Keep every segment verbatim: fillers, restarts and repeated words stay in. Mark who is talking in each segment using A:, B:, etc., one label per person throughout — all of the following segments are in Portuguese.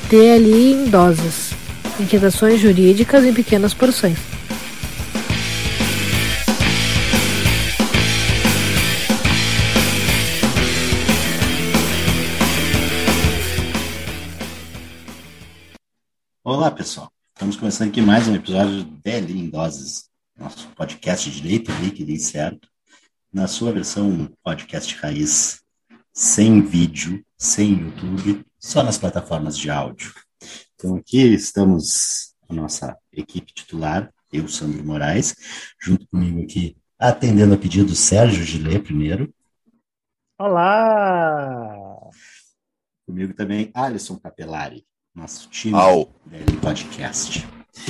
A: D L I em doses. Inquietações jurídicas em pequenas porções.
B: Olá, pessoal. Estamos começando aqui mais um episódio do D L I em Doses, nosso podcast de direito líquido e certo, na sua versão podcast raiz, sem vídeo, sem YouTube, só nas plataformas de áudio. Então aqui estamos com a nossa equipe titular, eu, Sandro Moraes, junto comigo aqui, atendendo a pedido do Sérgio Gillet primeiro.
C: Olá!
B: Comigo também, Alisson Capelari, nosso time
D: Au.
B: do D L I Podcast.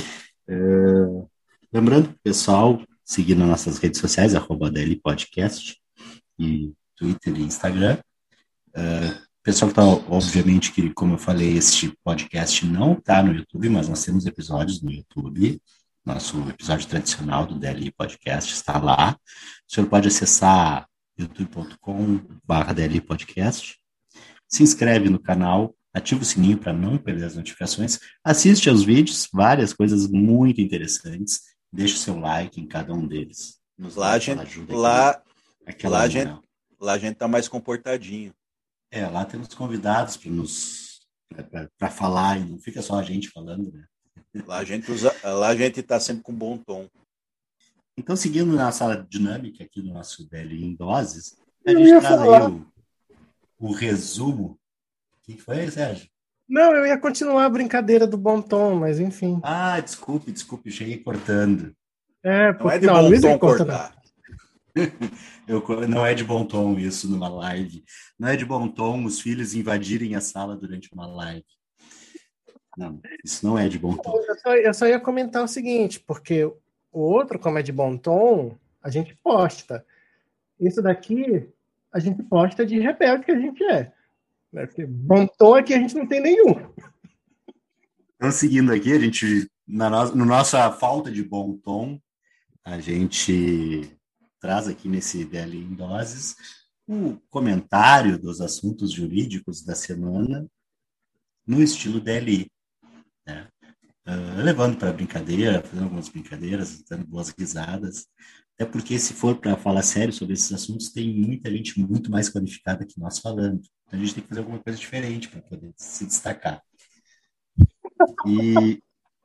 B: Uh, lembrando, pessoal, seguir nas nossas redes sociais, arroba D L I Podcast, e Twitter e Instagram. Uh, pessoal que está, obviamente, que, como eu falei, este podcast não está no YouTube, mas nós temos episódios no YouTube. Nosso episódio tradicional do D L I Podcast está lá. O senhor pode acessar youtube ponto com barra D L I Podcast. Se inscreve no canal, ativa o sininho para não perder as notificações, assiste aos vídeos, várias coisas muito interessantes, deixa o seu like em cada um deles.
D: Nos lá, a gente, lá, lá, a gente, lá a gente tá mais comportadinho.
B: É, lá temos convidados para nos para falar, e não fica só a gente falando, né?
D: Lá a gente usa, lá a gente tá sempre com bom tom.
B: Então, seguindo na sala dinâmica aqui do nosso D L I em Doses, a gente traz aí o, o resumo. O que foi, Sérgio?
C: Não, eu ia continuar a brincadeira do bom tom, mas enfim.
B: Ah, desculpe, desculpe, eu cheguei cortando.
C: É,
D: porque... Não é de não, bom tom cortar.
B: Eu, não é de bom tom isso numa live. Não é de bom tom os filhos invadirem a sala durante uma live. Não, isso não é de bom tom.
C: Eu só, eu só ia comentar o seguinte, porque o outro, como é de bom tom, a gente posta. Isso daqui, a gente posta de rebelde que a gente é. Porque bom tom aqui a gente não tem nenhum.
B: Então, seguindo aqui, a gente, na no, no nossa falta de bom tom, a gente traz aqui nesse D L I em Doses o comentário dos assuntos jurídicos da semana no estilo D L I, né? Uh, levando para brincadeira, fazendo algumas brincadeiras, dando boas risadas, até porque se for para falar sério sobre esses assuntos, tem muita gente muito mais qualificada que nós falando. Então a gente tem que fazer alguma coisa diferente para poder se destacar. E,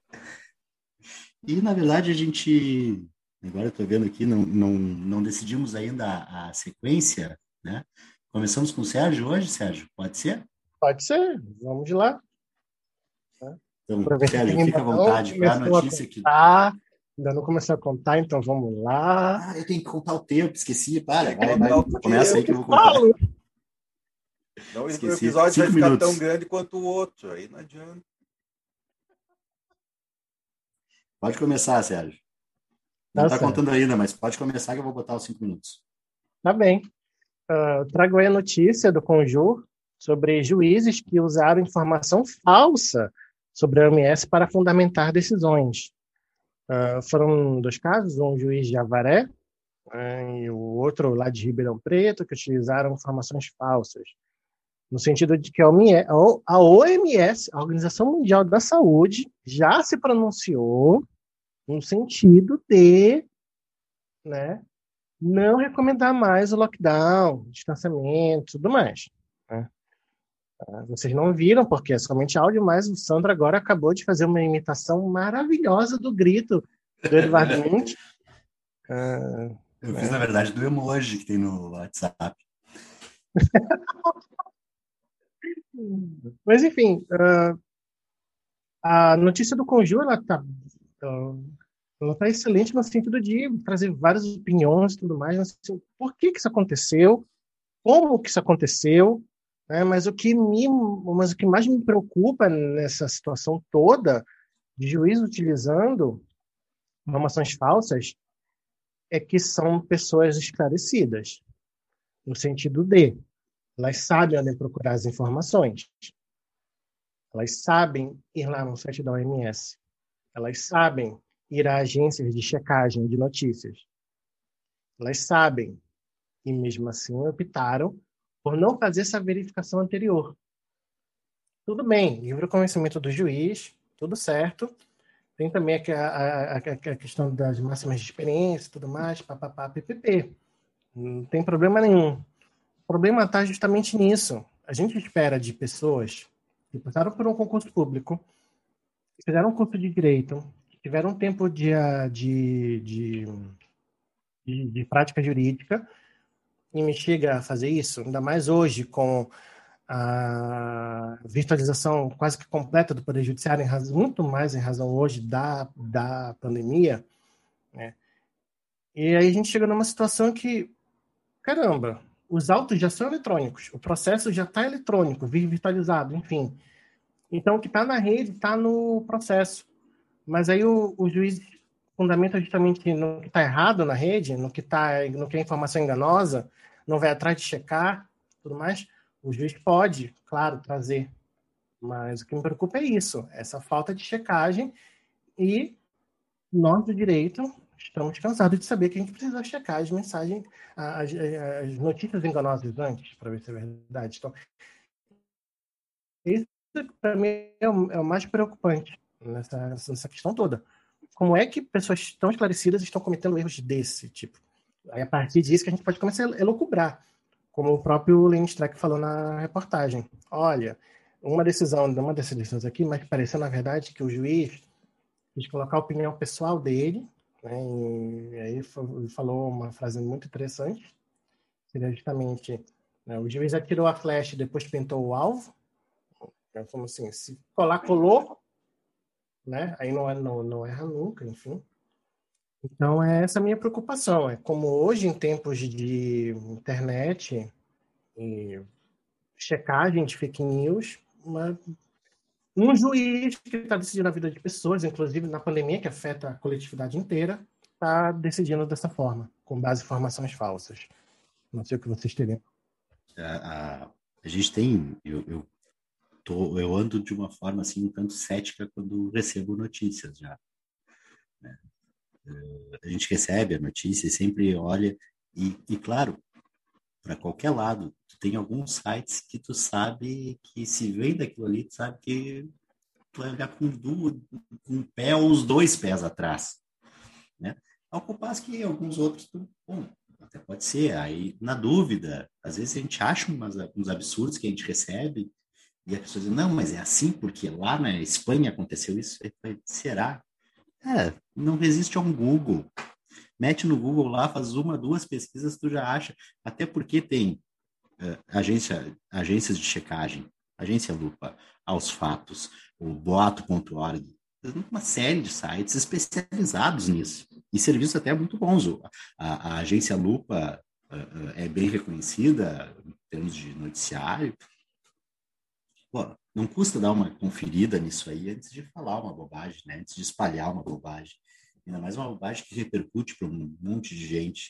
B: e, na verdade, a gente... Agora eu estou vendo aqui, não, não, não decidimos ainda a, a sequência, né? Começamos com o Sérgio hoje, Sérgio? Pode ser?
C: Pode ser, vamos lá.
B: Então, Sérgio, fica à vontade para a notícia que...
C: Ainda não começou a contar, então vamos lá.
B: Ah, eu tenho que contar o tempo, esqueci. Para, vai, vai, começa aí que eu vou contar.
D: Não, esse episódio vai ficar tão grande quanto o outro, aí não adianta.
B: Pode começar, Sérgio. Não está tá contando ainda, mas pode começar que eu vou botar os cinco minutos.
C: Tá bem. Uh, trago aí a notícia do Conjur sobre juízes que usaram informação falsa sobre a O M S para fundamentar decisões. Uh, foram dois casos, um juiz de Avaré uh, e o outro lá de Ribeirão Preto, que utilizaram informações falsas. No sentido de que a O M S, a O M S, a Organização Mundial da Saúde, já se pronunciou no sentido de, né, não recomendar mais o lockdown, distanciamento e tudo mais. Né? Vocês não viram, porque é somente áudio, mas o Sandro agora acabou de fazer uma imitação maravilhosa do grito do Eduardo Monte.
B: Uh, Eu né? fiz, na verdade, do emoji que tem no WhatsApp.
C: Mas, enfim, uh, a notícia do Conjur, ela está ela tá excelente no sentido de trazer várias opiniões e tudo mais. Assim, por que, que isso aconteceu? Como que isso aconteceu? Né? Mas, o que me, mas o que mais me preocupa nessa situação toda de juiz utilizando informações falsas é que são pessoas esclarecidas, no sentido de elas sabem onde procurar as informações. Elas sabem ir lá no site da O M S. Elas sabem ir a agências de checagem de notícias. Elas sabem, e mesmo assim optaram por não fazer essa verificação anterior. Tudo bem, livre conhecimento do juiz, tudo certo. Tem também a, a, a, a questão das máximas de experiência e tudo mais, papapá, ppp. Não tem problema nenhum. O problema está justamente nisso. A gente espera de pessoas que passaram por um concurso público, que fizeram um curso de direito, que tiveram um tempo de, de, de, de, de prática jurídica, e me chega a fazer isso, ainda mais hoje com a virtualização quase que completa do Poder Judiciário, em razão, muito mais em razão hoje da, da pandemia, né? E aí a gente chega numa situação que, caramba, os autos já são eletrônicos, o processo já está eletrônico, virtualizado, enfim. Então, o que está na rede está no processo. Mas aí o, o juiz fundamenta justamente no que está errado na rede, no que, tá, no que é informação enganosa, não vai atrás de checar, tudo mais. O juiz pode, claro, trazer. Mas o que me preocupa é isso, essa falta de checagem, e nós do direito estamos cansados de saber que a gente precisa checar as mensagens, as, as notícias enganosas antes, para ver se é verdade. Então, isso, para mim, é o, é o mais preocupante nessa, nessa questão toda. Como é que pessoas tão esclarecidas estão cometendo erros desse tipo? Aí, a partir disso, que a gente pode começar a elocubrar, como o próprio Lenin Streck falou na reportagem. Olha, uma decisão, uma dessas decisões aqui, mas pareceu, na verdade, que o juiz quis colocar a opinião pessoal dele, né, e aí falou uma frase muito interessante, seria justamente, né, o juiz atirou a flecha e depois pintou o alvo, então, como assim, se colar, colou, né, aí não, não, não erra nunca, enfim. Então, é essa a minha preocupação, é como hoje, em tempos de internet e checagem de fake news, uma, um juiz que está decidindo a vida de pessoas, inclusive na pandemia, que afeta a coletividade inteira, está decidindo dessa forma, com base em informações falsas. Não sei o que vocês teriam.
B: A, a, a gente tem... Eu, eu, tô, eu ando de uma forma assim um tanto cética quando recebo notícias já. Né? A gente recebe a notícia e sempre olha, e, e claro, para qualquer lado, tu tem alguns sites que tu sabe que se vem daquilo ali, tu sabe que tu vai olhar com, duas, com um pé ou os dois pés atrás, né? Ao compasso que alguns outros, tu, bom, até pode ser, aí na dúvida, às vezes a gente acha umas, uns absurdos que a gente recebe e a pessoa diz, não, mas é assim porque lá na Espanha aconteceu isso. Será? É, não resiste a um Google. Mete no Google lá, faz uma, duas pesquisas, tu já acha. Até porque tem uh, agência, agências de checagem, Agência Lupa, Aos Fatos, o boato ponto org, uma série de sites especializados nisso. E serviços até muito bons. A, a Agência Lupa uh, uh, é bem reconhecida em termos de noticiário. Pô, não custa dar uma conferida nisso aí antes de falar uma bobagem, né? Antes de espalhar uma bobagem. Ainda mais uma bobagem que repercute para um monte de gente.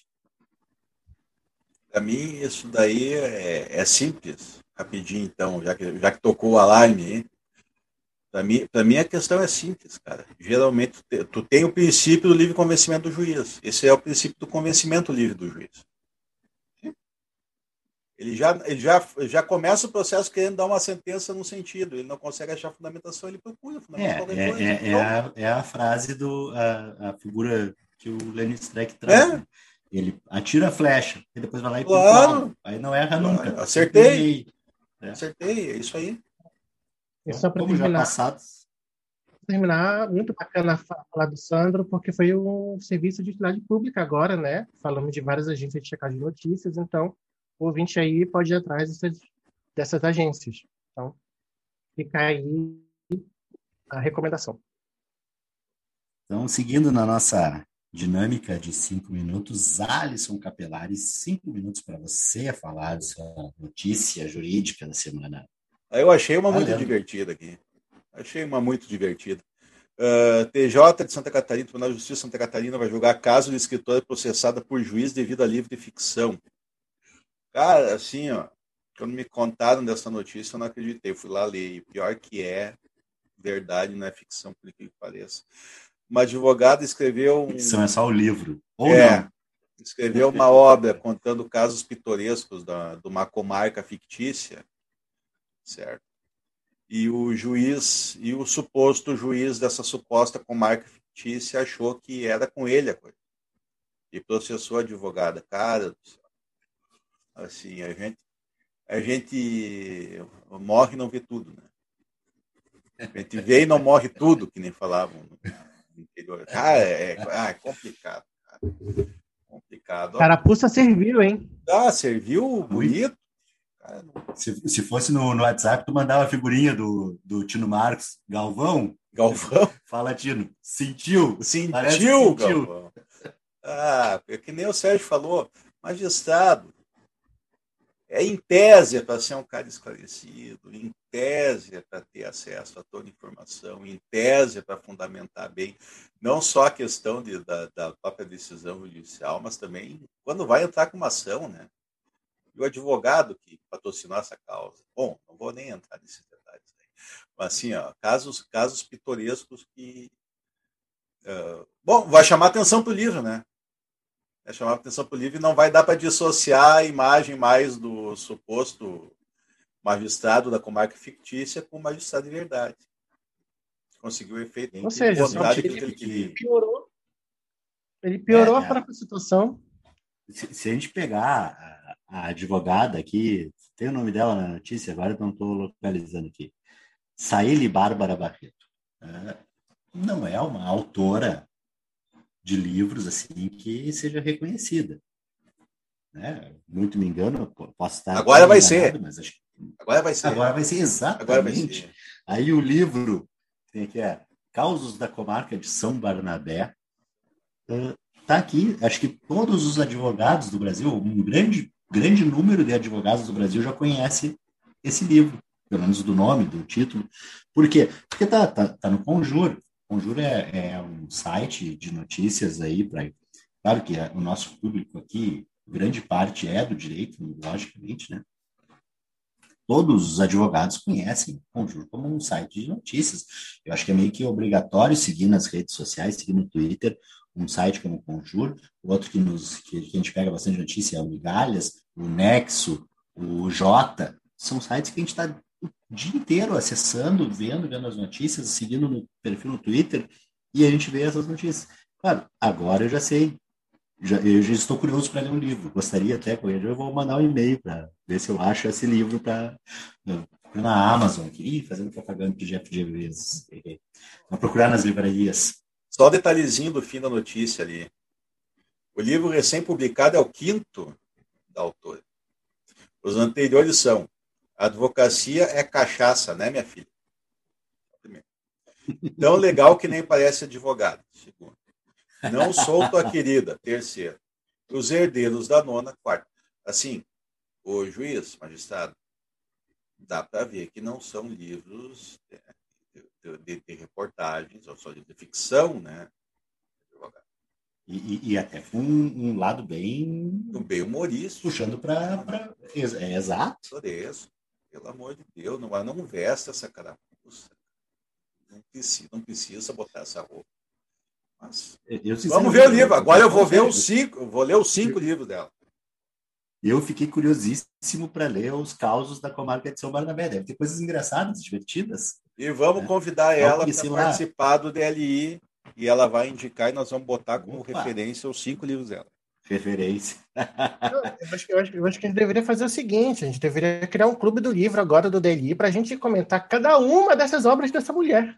D: Para mim, isso daí é, é simples. Rapidinho, então, já que, já que tocou o alarme. Para mim, para mim, a questão é simples, cara. Geralmente, tu, tu tem o princípio do livre convencimento do juiz. Esse é o princípio do convencimento livre do juiz. Ele já, ele já, já começa o processo querendo dar uma sentença num sentido. Ele não consegue achar fundamentação, ele procura fundamentação.
B: É, é, coisa, é, é, a, é a frase, do, a, a figura que o Lenin Streck traz. É? Né? Ele atira a flecha, e depois vai lá e
D: claro,
B: pinta. Aí não erra
D: claro,
B: nunca.
D: Acertei. É. Acertei, é isso aí.
C: E só para terminar, passados... terminar, muito bacana falar do Sandro, porque foi um serviço de utilidade pública agora, né? Falamos de várias agências de checagem de notícias, então o ouvinte aí pode ir atrás dessas, dessas agências. Então, fica aí a recomendação.
B: Então, seguindo na nossa dinâmica de cinco minutos, Alisson Capelari, cinco minutos para você falar de sua notícia jurídica da semana.
D: Eu achei uma Valendo. muito divertida aqui. Achei uma muito divertida. Uh, T J de Santa Catarina, Tribunal de Justiça de Santa Catarina, vai julgar caso de escritora processada por juiz devido a livro de ficção. Cara, assim, ó, quando me contaram dessa notícia, eu não acreditei. Eu fui lá ler. E pior que é verdade, não é ficção, por que pareça. Uma advogada escreveu... Um...
B: Ficção é só o livro. Ou
D: é,
B: não.
D: Escreveu uma obra contando casos pitorescos da, de uma comarca fictícia. Certo. e o juiz, e o suposto juiz dessa suposta comarca fictícia achou que era com ele a coisa. E processou a advogada. Cara do céu. Assim, a gente, a gente morre e não vê tudo, né? A gente vê e não morre tudo, que nem falavam no interior. Cara, é, ah, é complicado, cara. Complicado.
C: Carapuça serviu, hein?
D: Ah, serviu bonito. Cara, não...
B: se, se fosse no, no WhatsApp, tu mandava a figurinha do, do Tino Marcos. Galvão?
D: Galvão?
B: Fala, Tino. Sentiu?
D: Sentiu,
B: sentiu.
D: Galvão. Ah, é que nem o Sérgio falou. Magistrado. É em tese para ser um cara esclarecido, em tese para ter acesso a toda a informação, em tese para fundamentar bem, não só a questão de, da, da própria decisão judicial, mas também quando vai entrar com uma ação, né? E o advogado que patrocinou essa causa. Bom, não vou nem entrar nesses detalhes aí. Mas assim, ó, casos, casos pitorescos que... Uh, bom, vai chamar atenção para o livro, né? É chamar a atenção para o livro e não vai dar para dissociar a imagem mais do suposto magistrado da comarca fictícia com o magistrado de verdade. Conseguiu o efeito.
C: Ou seja, só que ele, ele, ele piorou, ele piorou é, a própria situação.
B: Se, se a gente pegar a, a advogada aqui, tem o nome dela na notícia, agora não estou localizando aqui, Saíli Bárbara Barreto. É, não é uma autora de livros assim que seja reconhecida, né? Muito me engano, posso estar
D: agora vai enganado, ser,
B: mas acho que...
D: agora vai ser,
B: agora vai ser exatamente.
D: Agora vai ser.
B: Aí o livro tem que é Causos da Comarca de São Barnabé, uh, tá aqui. Acho que todos os advogados do Brasil, um grande grande número de advogados do Brasil já conhece esse livro, pelo menos do nome, do título. Por quê? Porque tá tá, tá no Conjur. Conjur é, é um site de notícias aí para... Claro que o nosso público aqui, grande parte é do direito, logicamente, né? Todos os advogados conhecem o Conjur como um site de notícias. Eu acho que é meio que obrigatório seguir nas redes sociais, seguir no Twitter, um site como o Conjur. O outro que, nos, que, que a gente pega bastante notícia é o Migalhas, o Nexo, o Jota. São sites que a gente está o dia inteiro acessando, vendo, vendo as notícias, seguindo no perfil no Twitter, e a gente vê essas notícias. Claro, agora eu já sei, já, eu já estou curioso para ler um livro, gostaria até, eu vou mandar um e-mail para ver se eu acho esse livro para na Amazon, aqui, fazendo propaganda de Jeff Bezos, vou procurar nas livrarias.
D: Só o detalhezinho do fim da notícia ali. O livro recém-publicado é o quinto da autora. Os anteriores são Advocacia é Cachaça, né, minha filha? Tão legal que nem parece advogado. Segundo. Não sou tua querida. Terceiro. Os Herdeiros da Nona. Quarto. Assim, o juiz, magistrado, dá para ver que não são livros de, de, de, de reportagens, ou só de ficção, né?
B: E, e, e até com um, um lado bem...
D: Bem humorístico.
B: Puxando para... Pra... É, é exato.
D: Isso. Pelo amor de Deus, não, não veste essa carapuça. Não precisa, não precisa botar essa roupa. Mas,
B: eu,
D: vamos ver o livro. Agora eu vou ver os cinco, eu vou ler os cinco eu, livros dela.
B: Eu fiquei curiosíssimo para ler os causos da comarca de São Barnabé. Deve ter coisas engraçadas, divertidas.
D: E vamos né? convidar ela para participar do D L I e ela vai indicar e nós vamos botar como Opa. referência os cinco livros dela.
B: Referência.
C: eu, acho, eu, acho, eu acho que a gente deveria fazer o seguinte: a gente deveria criar um clube do livro agora do D L I para a gente comentar cada uma dessas obras dessa mulher.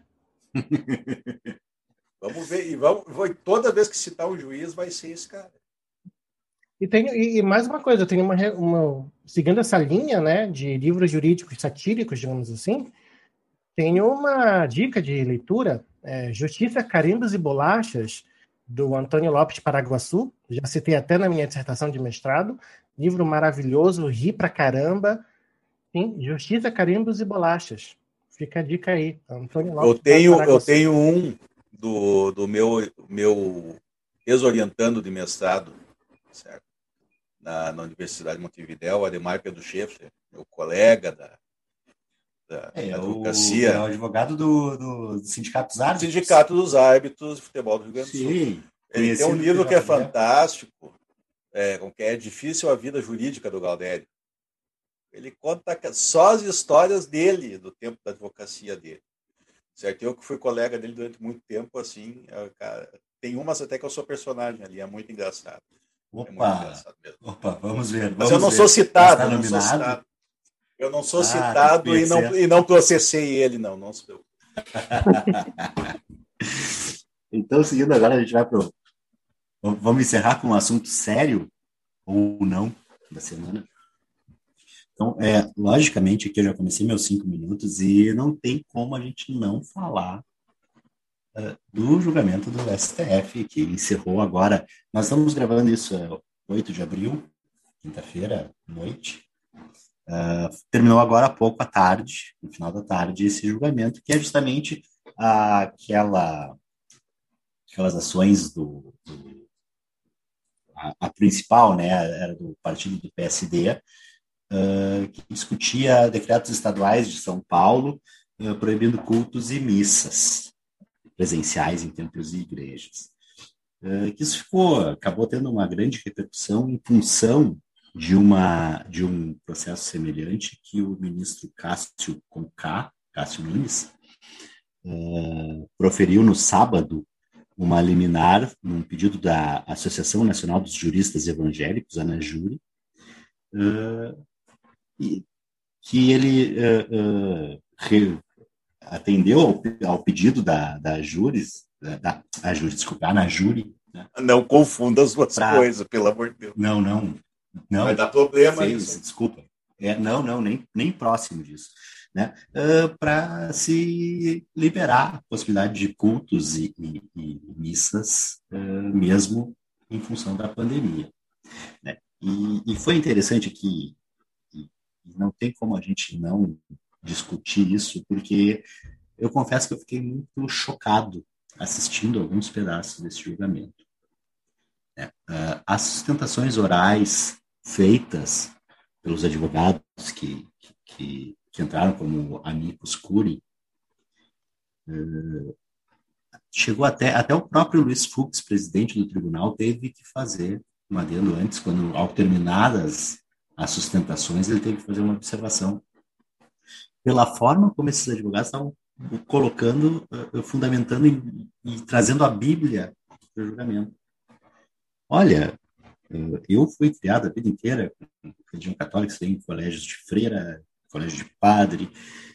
D: Vamos ver, e vamos, toda vez que citar um juiz vai ser esse cara.
C: E, tenho, e, e mais uma coisa, eu tenho uma, uma. Seguindo essa linha, né, de livros jurídicos satíricos, digamos assim, tenho uma dica de leitura: é, Justiça, Carimbos e Bolachas, do Antônio Lopes Paraguaçu. Já citei até na minha dissertação de mestrado. Livro maravilhoso, ri pra caramba. Sim, Justiça, Carimbos e Bolachas. Fica a dica aí. Antônio Lopes
D: eu tenho, eu tenho um do, do meu, meu ex-orientando de mestrado, certo? Na, na Universidade de Montevidéu, Ademar Pedro Schaeffer, meu colega da, da,
B: é,
D: da advocacia.
B: O, é o advogado do, do Sindicato dos Árbitros.
D: Sindicato dos Árbitros de Futebol do Rio Grande do Sul.
B: Sim.
D: Ele tem um livro que é fantástico, é, que é Difícil a Vida Jurídica do Galdério. Ele conta só as histórias dele, do tempo da advocacia dele. Certo? Eu que fui colega dele durante muito tempo, assim, cara, tem umas até que eu sou personagem ali, é muito engraçado.
B: Opa,
D: é muito engraçado mesmo.
B: Opa, vamos ver. Vamos
D: Mas eu não
B: ver.
D: sou citado,
B: Está
D: eu não sou
B: nominado?
D: citado. Eu não sou
B: Ah,
D: citado e não, e não processei ele, não. não sou.
B: Então, seguindo agora, a gente vai para o... Vamos encerrar com um assunto sério, ou não, da semana. Então, é, logicamente, aqui eu já comecei meus cinco minutos e não tem como a gente não falar uh, do julgamento do S T F, que encerrou agora. Nós estamos gravando isso é, oito de abril, quinta-feira, noite. Uh, terminou agora há pouco à tarde, no final da tarde, esse julgamento, que é justamente aquela, aquelas ações do... do a, a principal, né, era do partido do P S D, Uh, que discutia decretos estaduais de São Paulo uh, proibindo cultos e missas presenciais em templos e igrejas. Uh, que isso ficou, acabou tendo uma grande repercussão em função de, uma, de um processo semelhante que o ministro Cássio Conká, Cássio Nunes, uh, proferiu no sábado uma liminar num pedido da Associação Nacional dos Juristas Evangélicos, ANAJURE, uh, E, que ele uh, uh, re, atendeu ao, ao pedido da, da Júris, da, a Júris, desculpa, a Anajure. Né?
D: Não confunda as duas pra... coisas, pelo amor de Deus.
B: Não, não. não
D: Vai dar problema
B: fez,
D: isso.
B: Desculpa. É, não, não, nem, nem próximo disso. Né? Uh, para se liberar a possibilidade de cultos e, e, e missas, uh, mesmo em função da pandemia. Né? E, e foi interessante que não tem como a gente não discutir isso, porque eu confesso que eu fiquei muito chocado assistindo alguns pedaços desse julgamento. É, uh, as sustentações orais feitas pelos advogados que, que, que entraram como amicus curiae, uh, chegou até, até o próprio Luiz Fux, presidente do tribunal, teve que fazer um adendo antes, quando, ao terminadas as sustentações, ele teve que fazer uma observação pela forma como esses advogados estavam colocando, fundamentando e, e trazendo a Bíblia para o julgamento. Olha, eu fui criado a vida inteira com religião católica, em colégios de freira, colégio de padre,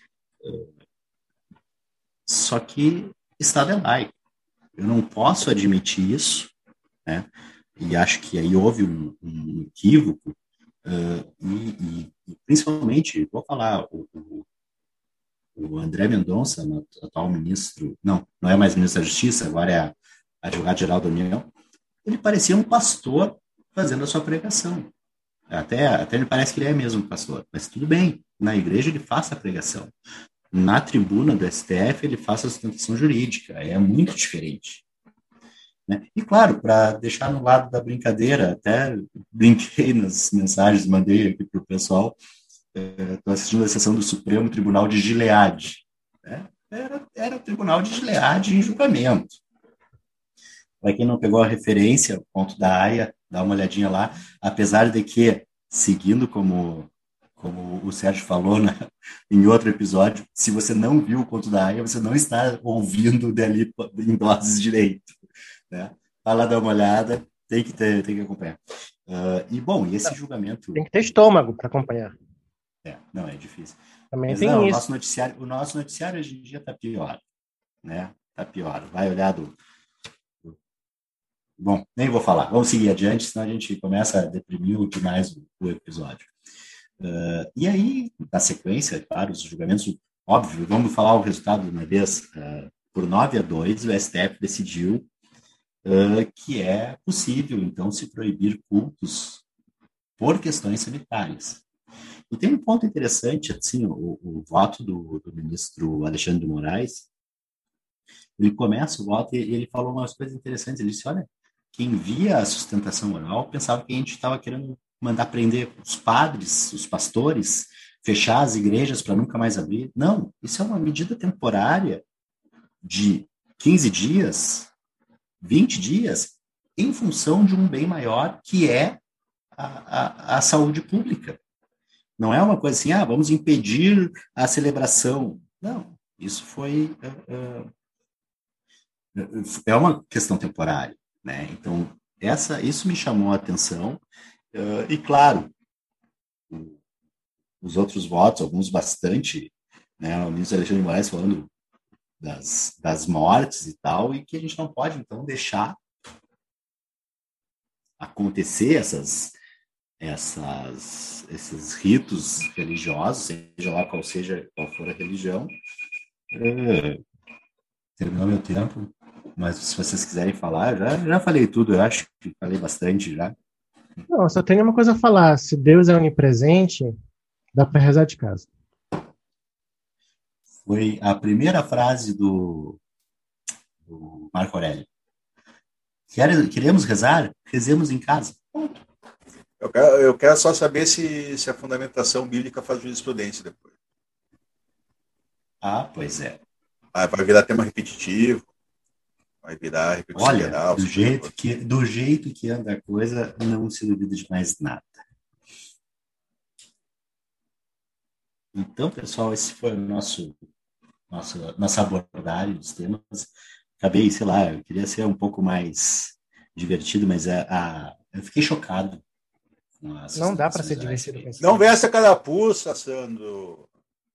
B: só que Estado é laico. Eu não posso admitir isso, né? E acho que aí houve um, um equívoco. Uh, e, e, principalmente, vou falar, o, o, o André Mendonça, atual ministro, não, não é mais ministro da Justiça, agora é advogado-geral da União, ele parecia um pastor fazendo a sua pregação. Até, até me parece que ele é mesmo pastor, mas tudo bem, na igreja ele faça a pregação. Na tribuna do S T F ele faça a sustentação jurídica, é muito diferente. Né? E, claro, para deixar no lado da brincadeira, até brinquei nas mensagens, mandei aqui para o pessoal, estou é, assistindo a sessão do Supremo Tribunal de Gilead. Né? Era, era o Tribunal de Gilead em julgamento. Para quem não pegou a referência, o ponto da Haia, dá uma olhadinha lá, apesar de que, seguindo como, como o Sérgio falou né, em outro episódio, se você não viu o conto da Haia, você não está ouvindo dali em doses direito. Né? Vai lá dar uma olhada, tem que, ter, tem que acompanhar. Uh, e, bom, e esse julgamento...
C: Tem que ter estômago para acompanhar.
B: É, não, é difícil.
C: Também
B: Mas
C: tem
B: não,
C: isso.
B: O nosso noticiário, o nosso noticiário hoje em dia está pior. Né? Tá pior. Vai olhar do... Bom, nem vou falar. Vamos seguir adiante, senão a gente começa a deprimir demais o, o episódio. Uh, e aí, na sequência, claro, os julgamentos, óbvio, vamos falar o resultado de uma vez. Uh, por nove a dois, o S T F decidiu Uh, que é possível, então, se proibir cultos por questões sanitárias. E tem um ponto interessante, assim, o, o voto do, do ministro Alexandre de Moraes, ele começa o voto e ele falou umas coisas interessantes, ele disse, olha, quem via a sustentação oral pensava que a gente estava querendo mandar prender os padres, os pastores, fechar as igrejas para nunca mais abrir. Não, isso é uma medida temporária de quinze dias, vinte dias, em função de um bem maior, que é a, a, a saúde pública. Não é uma coisa assim, ah, vamos impedir a celebração. Não, isso foi... Uh, uh, é uma questão temporária, né? Então, essa, isso me chamou a atenção. Uh, e, claro, os outros votos, alguns bastante, né? O ministro Alexandre de Moraes falando das, das mortes e tal, e que a gente não pode, então, deixar acontecer essas, essas, esses ritos religiosos, seja lá qual seja, qual for a religião. É, terminou meu tempo, mas se vocês quiserem falar, já, já falei tudo, eu acho que falei bastante já.
C: Não, só tenho uma coisa a falar. Se Deus é onipresente, dá para rezar de casa.
B: Foi a primeira frase do, do Marco Aurélio. Queremos rezar? Rezemos em casa. Ponto.
D: Eu quero, eu quero só saber se, se a fundamentação bíblica faz jurisprudência depois.
B: Ah, pois é.
D: Ah, vai virar tema repetitivo. Vai virar repercussão
B: Olha,
D: geral.
B: do jeito, que, do jeito que anda a coisa, não se duvida de mais nada. Então, pessoal, esse foi o nosso, nosso nossa abordagem dos temas. Acabei, sei lá, eu queria ser um pouco mais divertido, mas a, a, eu fiquei chocado.
C: Não dá para ser divertido.
D: Não veste a carapuça, Sandro.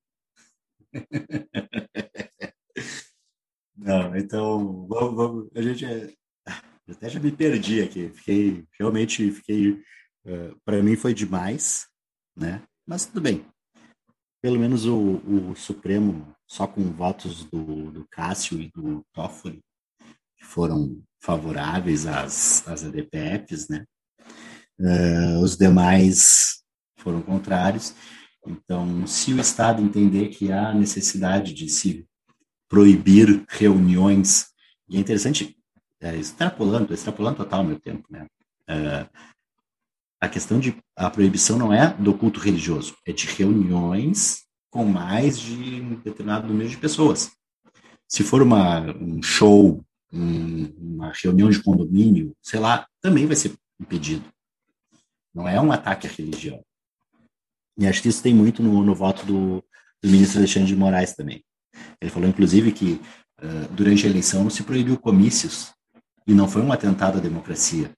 B: Não, então, vamos, vamos, a gente, eu até já me perdi aqui, fiquei, realmente fiquei, uh, para mim foi demais, né, mas tudo bem, pelo menos o, o Supremo, só com votos do, do Cássio e do Toffoli, que foram favoráveis às, às A D P Fs, né, uh, os demais foram contrários. Então, se o Estado entender que há necessidade de se proibir reuniões, e é interessante, é, extrapolando, extrapolando total meu tempo, né? É, a questão de, a proibição não é do culto religioso, é de reuniões com mais de um determinado número de pessoas. Se for uma, um show, um, uma reunião de condomínio, sei lá, também vai ser impedido. Não é um ataque à religião. E acho que isso tem muito no, no voto do, do ministro Alexandre de Moraes também. Ele falou, inclusive, que uh, durante a eleição não se proibiu comícios e não foi um atentado à democracia.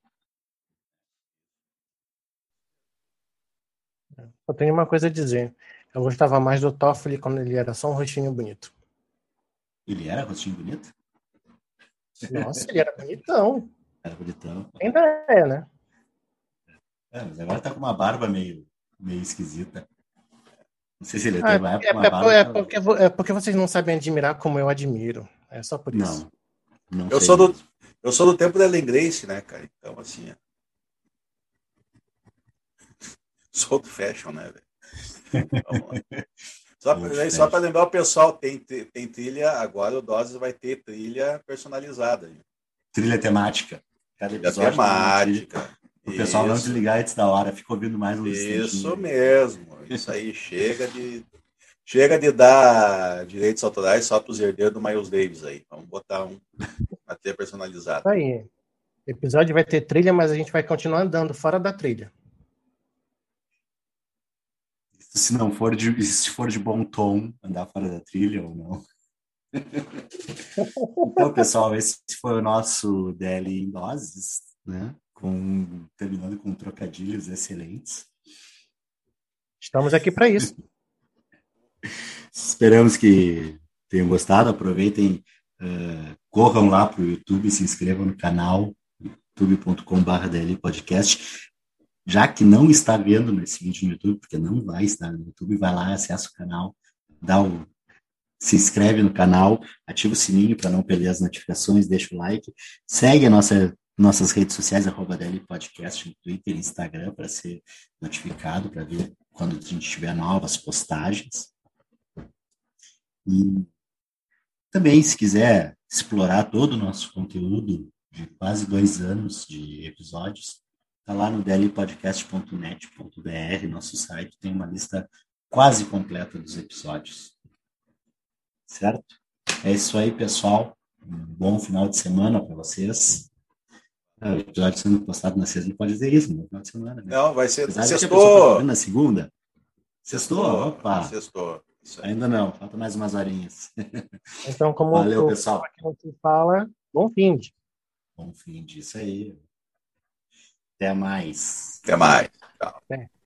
C: Eu tenho uma coisa a dizer. Eu gostava mais do Toffoli quando ele era só um rostinho bonito.
B: Ele era rostinho bonito?
C: Nossa, ele era bonitão.
B: Era bonitão.
C: Ainda é, né?
B: É, mas agora tá com uma barba meio, meio esquisita. Não sei se ele
C: ah,
B: tem uma época
C: é,
B: uma
C: é,
B: barba...
C: É porque, é porque vocês não sabem admirar como eu admiro. É só por isso.
B: Não, não
D: eu,
B: sei
D: sou do, eu sou do tempo da Ellen Grace, né, cara? Então, assim... É... Sou do fashion, né, velho? Só, só para lembrar o pessoal, tem, tem trilha, agora o Doses vai ter trilha personalizada. Hein?
B: Trilha temática. Cada
D: episódio temática.
B: O pessoal isso. Não desligar antes da hora, fica ouvindo mais um
D: Isso mesmo. Isso aí, chega de chega de dar direitos autorais só para os herdeiros do Miles Davis aí. Vamos botar um uma trilha personalizada.
C: Isso aí. O episódio vai ter trilha, mas a gente vai continuar andando fora da trilha.
B: Se não for de, se for de bom tom, andar fora da trilha ou não. Então, pessoal, esse foi o nosso D L em doses, né? Com, terminando com trocadilhos excelentes.
C: Estamos aqui para isso.
B: Esperamos que tenham gostado. Aproveitem, uh, corram lá para o YouTube, se inscrevam no canal youtube ponto com barra D L podcast. Já que não está vendo nesse vídeo no YouTube, porque não vai estar no YouTube, vai lá, acessa o canal, dá o, se inscreve no canal, ativa o sininho para não perder as notificações, deixa o like, segue a nossa, nossas redes sociais, arroba D L podcast, no Twitter e Instagram, para ser notificado, para ver quando a gente tiver novas postagens. E também, se quiser explorar todo o nosso conteúdo de quase dois anos de episódios, está lá no d l podcast ponto net ponto b r, nosso site, tem uma lista quase completa dos episódios. Certo? É isso aí, pessoal. Um bom final de semana para vocês. Ah, o episódio sendo postado na sexta, não pode dizer isso, no final de semana. Né?
D: Não, vai ser
B: sextou. Na segunda. Sextou? Opa!
D: Sextou.
B: Ainda não, falta mais umas horinhas.
C: Então, como
B: Valeu,
C: o
B: pessoal.
C: aqui não se fala, bom fim de.
B: Bom fim disso aí. Até mais.
D: Até mais. Tchau.
C: É.